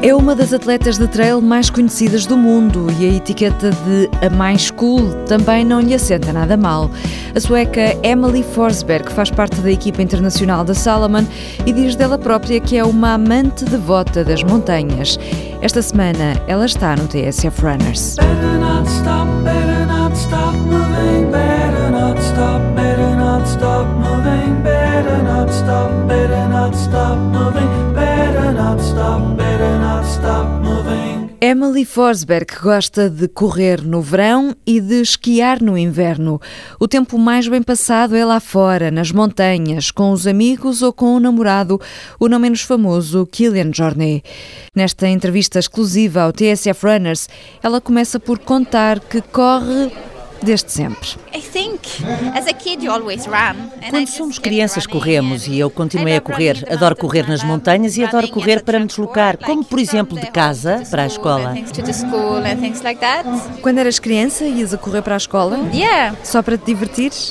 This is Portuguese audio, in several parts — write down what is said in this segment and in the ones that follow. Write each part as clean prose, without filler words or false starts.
É uma das atletas de trail mais conhecidas do mundo e a etiqueta de a mais cool também não lhe assenta nada mal. A sueca Emily Forsberg faz parte da equipa internacional da Salomon e diz dela própria que é uma amante devota das montanhas. Esta semana ela está no TSF Runners. Better not stop moving, better not stop moving, better not stop moving, better not stop moving. Emily Forsberg gosta de correr no verão e de esquiar no inverno. O tempo mais bem passado é lá fora, nas montanhas, com os amigos ou com o namorado, o não menos famoso Kilian Jornet. Nesta entrevista exclusiva ao TSF Runners, ela começa por contar que corre desde sempre. Quando somos crianças corremos e eu continuei a correr. Adoro correr nas montanhas e adoro correr para me deslocar, como por exemplo de casa para a escola. Quando eras criança, ias a correr para a escola? Só para te divertires?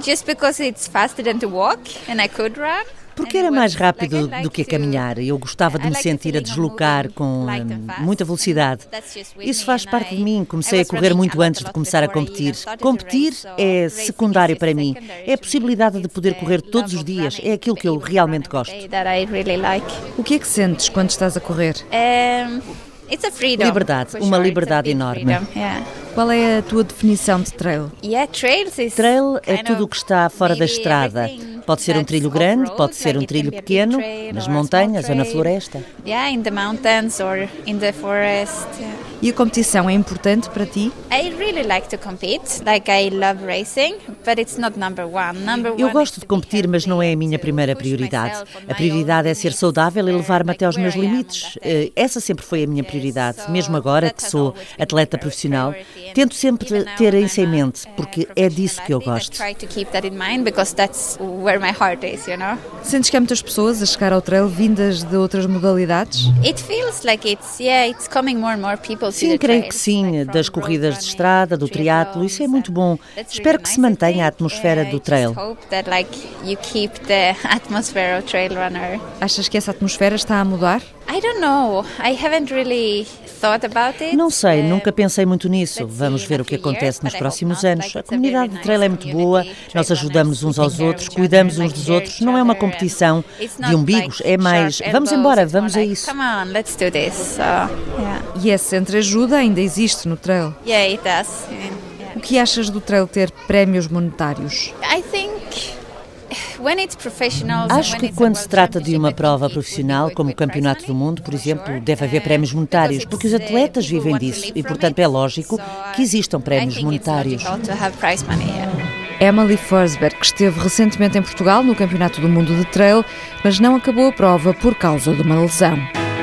Porque era mais rápido do que a caminhar. Eu gostava de me sentir a deslocar com muita velocidade. Isso faz parte de mim. Comecei a correr muito antes de começar a competir. Competir é secundário para mim. É a possibilidade de poder correr todos os dias. É aquilo que eu realmente gosto. O que é que sentes quando estás a correr? Liberdade, uma liberdade enorme. Qual é a tua definição de trail? Trail é tudo o que está fora da estrada. Pode ser um trilho grande, pode ser um trilho pequeno, nas montanhas ou na floresta. E a competição é importante para ti? Eu gosto de competir, mas não é a minha primeira prioridade. A prioridade é ser saudável e levar-me até aos meus limites. Essa sempre foi a minha prioridade. Mesmo agora que sou atleta profissional, tento sempre ter isso em mente, porque é disso que eu gosto. Sentes que há muitas pessoas a chegar ao trail vindas de outras modalidades? Sim, creio que sim, das corridas de estrada, do triatlo, isso é muito bom. Espero que se mantenha a atmosfera do trail. Achas que essa atmosfera está a mudar? Não sei, nunca pensei muito nisso. Vamos ver o que acontece nos próximos anos. A comunidade de trail é muito boa, nós ajudamos uns aos outros, cuidamos uns dos outros. Não é uma competição de umbigos, é mais, vamos embora, vamos a isso. E esse entreajuda ainda existe no trail? O que achas do trail ter prémios monetários? Acho que quando se trata de uma prova profissional, como o Campeonato do Mundo, por exemplo, deve haver prémios monetários, porque os atletas vivem disso e, portanto, é lógico que existam prémios monetários. Emily Forsberg esteve recentemente em Portugal no Campeonato do Mundo de Trail, mas não acabou a prova por causa de uma lesão.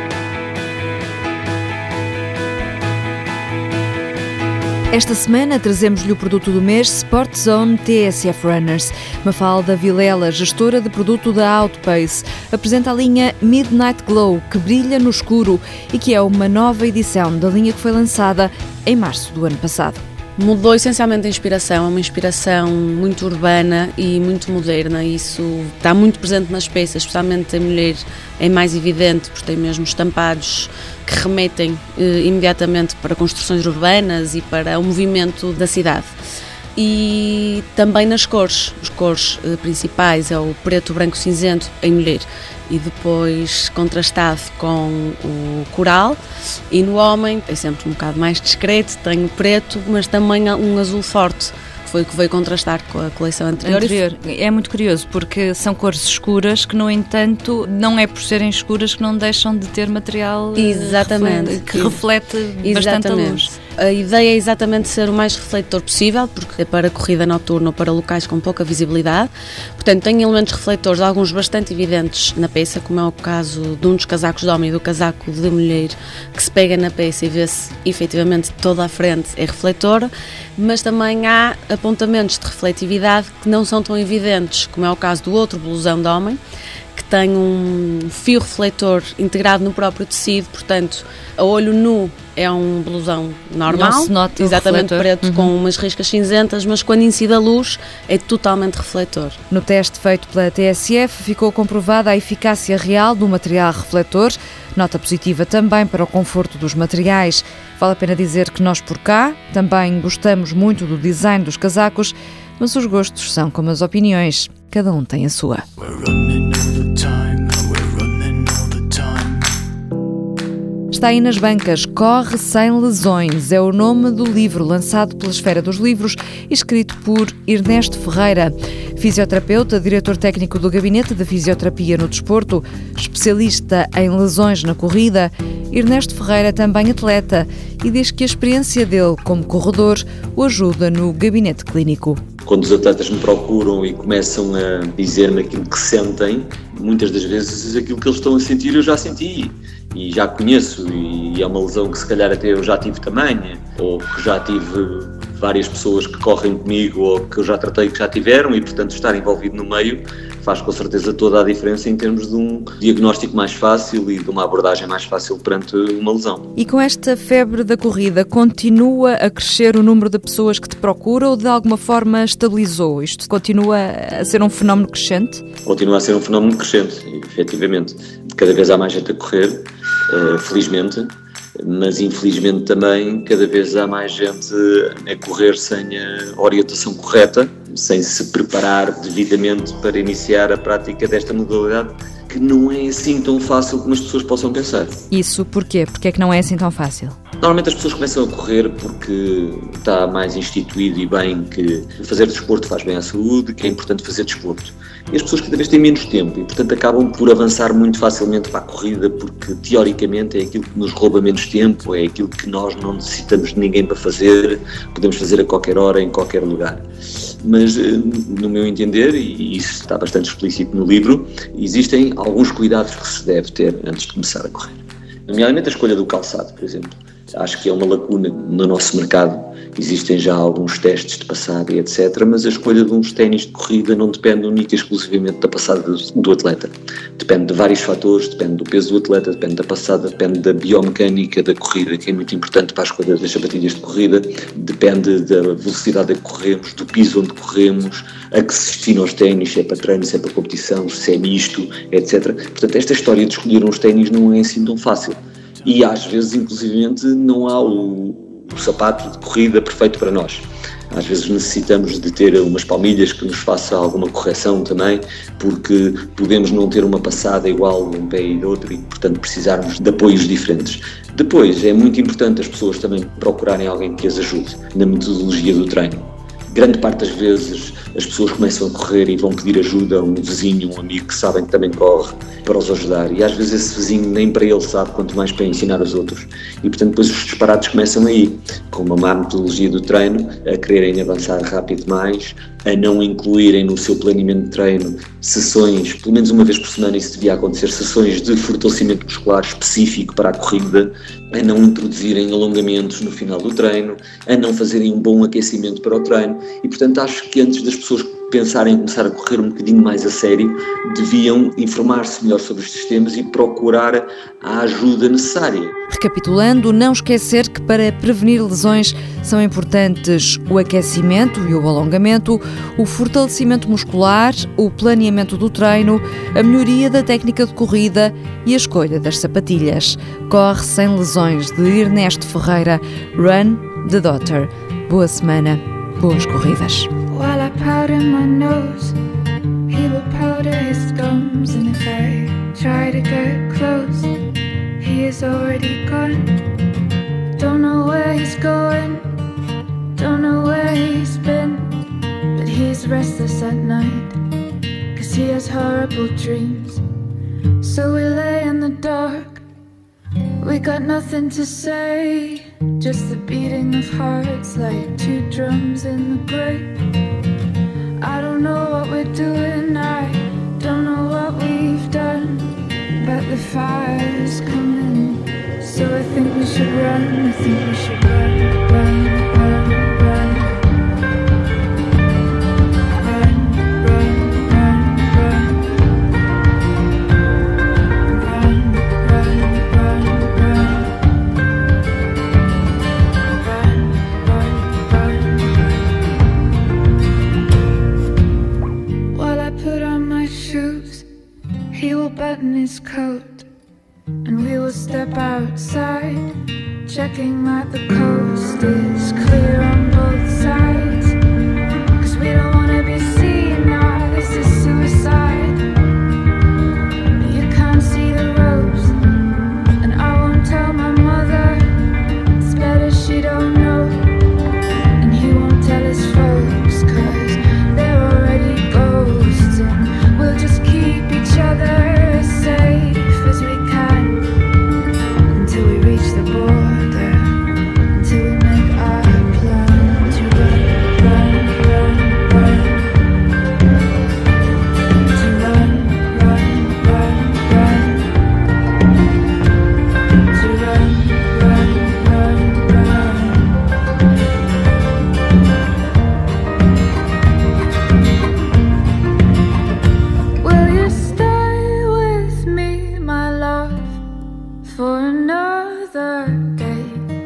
Esta semana trazemos-lhe o produto do mês Sport Zone TSF Runners. Mafalda Vilela, gestora de produto da Outpace, apresenta a linha Midnight Glow, que brilha no escuro e que é uma nova edição da linha que foi lançada em março do ano passado. Mudou essencialmente a inspiração, é uma inspiração muito urbana e muito moderna. Isso está muito presente nas peças, especialmente em mulher, é mais evidente, porque tem mesmo estampados que remetem imediatamente para construções urbanas e para o movimento da cidade. E também nas cores, as cores principais é o preto, branco, cinzento em mulher e depois contrastado com o coral, e no homem é sempre um bocado mais discreto, tem o preto, mas também um azul forte, que foi o que veio contrastar com a coleção anterior. É muito curioso, porque são cores escuras que, no entanto, não é por serem escuras que não deixam de ter material que reflete bastante a luz. A ideia é exatamente ser o mais refletor possível, porque é para corrida noturna ou para locais com pouca visibilidade. Portanto, tem elementos refletores, alguns bastante evidentes na peça, como é o caso de um dos casacos de homem e do casaco de mulher, que se pega na peça e vê-se efetivamente toda a frente é refletora, mas também há apontamentos de refletividade que não são tão evidentes, como é o caso do outro blusão de homem, que tem um fio refletor integrado no próprio tecido, portanto, a olho nu é um blusão normal, não se nota exatamente preto, com umas riscas cinzentas, mas quando incide a luz é totalmente refletor. No teste feito pela TSF ficou comprovada a eficácia real do material refletor, nota positiva também para o conforto dos materiais. Vale a pena dizer que nós por cá também gostamos muito do design dos casacos, mas os gostos são como as opiniões, cada um tem a sua. Está aí nas bancas, Corre Sem Lesões, é o nome do livro lançado pela Esfera dos Livros e escrito por Ernesto Ferreira, fisioterapeuta, diretor técnico do Gabinete de Fisioterapia no Desporto, especialista em lesões na corrida. Ernesto Ferreira também atleta e diz que a experiência dele como corredor o ajuda no gabinete clínico. Quando os atletas me procuram e começam a dizer-me aquilo que sentem, muitas das vezes aquilo que eles estão a sentir eu já senti e já conheço, e é uma lesão que se calhar até eu já tive tamanha, ou que já tive várias pessoas que correm comigo ou que eu já tratei que já tiveram, e portanto estar envolvido no meio faz com certeza toda a diferença em termos de um diagnóstico mais fácil e de uma abordagem mais fácil perante uma lesão. E com esta febre da corrida, continua a crescer o número de pessoas que te procuram ou de alguma forma estabilizou? Isto continua a ser um fenómeno crescente? Continua a ser um fenómeno crescente, efetivamente. Cada vez há mais gente a correr, felizmente, mas infelizmente também cada vez há mais gente a correr sem a orientação correta, sem se preparar devidamente para iniciar a prática desta modalidade, que não é assim tão fácil como as pessoas possam pensar. Isso porquê? Porque é que não é assim tão fácil? Normalmente as pessoas começam a correr porque está mais instituído e bem que fazer desporto faz bem à saúde, que é importante fazer desporto. E as pessoas cada vez têm menos tempo e, portanto, acabam por avançar muito facilmente para a corrida porque, teoricamente, é aquilo que nos rouba menos tempo, é aquilo que nós não necessitamos de ninguém para fazer, podemos fazer a qualquer hora, em qualquer lugar. Mas, no meu entender, e isso está bastante explícito no livro, existem alguns cuidados que se deve ter antes de começar a correr. Nomeadamente a escolha do calçado, por exemplo. Acho que é uma lacuna no nosso mercado. Existem já alguns testes de passada e etc, mas a escolha de uns ténis de corrida não depende única e exclusivamente da passada do atleta. Depende de vários fatores, depende do peso do atleta, depende da passada, depende da biomecânica da corrida, que é muito importante para a escolha das sapatilhas de corrida, depende da velocidade a que corremos, do piso onde corremos, a que se destinam os ténis, se é para treino, se é para competição, se é misto, etc. Portanto, esta história de escolher uns ténis não é assim tão fácil. E às vezes, inclusivamente, não há o sapato de corrida perfeito para nós. Às vezes necessitamos de ter umas palmilhas que nos faça alguma correção também, porque podemos não ter uma passada igual de um pé e do outro e, portanto, precisarmos de apoios diferentes. Depois, é muito importante as pessoas também procurarem alguém que as ajude na metodologia do treino. Grande parte das vezes as pessoas começam a correr e vão pedir ajuda a um vizinho, um amigo que sabem que também corre, para os ajudar. E às vezes esse vizinho nem para ele sabe, quanto mais para ensinar os outros. E portanto depois os disparates começam aí, com uma má metodologia do treino, a quererem avançar rápido demais, a não incluírem no seu planeamento de treino sessões, pelo menos uma vez por semana isso devia acontecer, sessões de fortalecimento muscular específico para a corrida, a não introduzirem alongamentos no final do treino, a não fazerem um bom aquecimento para o treino. E portanto acho que antes das pessoas pensarem em começar a correr um bocadinho mais a sério, deviam informar-se melhor sobre estes temas e procurar a ajuda necessária. Recapitulando, não esquecer que para prevenir lesões são importantes o aquecimento e o alongamento, o fortalecimento muscular, o planeamento do treino, a melhoria da técnica de corrida e a escolha das sapatilhas. Corre Sem Lesões, de Ernesto Ferreira. Run the Daughter. Boa semana, boas corridas. While I powder my nose, he will powder his gums. And if I try to get close, he is already gone. Don't know where he's going, don't know where he's been, but he's restless at night, 'cause he has horrible dreams. So we lay in the dark, we got nothing to say, just the beating of hearts like two drums in the grave. I don't know what we're doing, I don't know what we've done, but the fire's coming, so I think we should run, I think we should run, run, run, run. Run, run, run, run. He will button his coat and we will step outside, checking that the coast is clear on both sides. 'Cause we don't wanna be seen now, this is suicide. You can't see the ropes and I won't tell my mother, it's better she don't know. And he won't tell his folks 'cause they're already ghosts. And we'll just keep each other as safe as we can until we reach the border, until we make our plan to run, run, run, run. To run, run, run, run. To run, run, run, run. Will you stay with me, my love, for another day?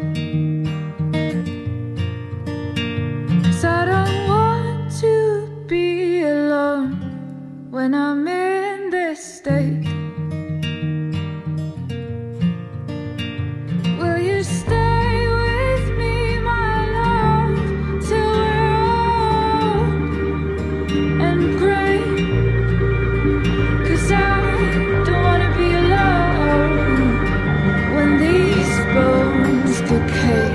'Cause I don't want to be alone when I'm in this state. Will you stay with me, my love, till we're old and grey? 'Cause I don't wanna be alone when these bones decay.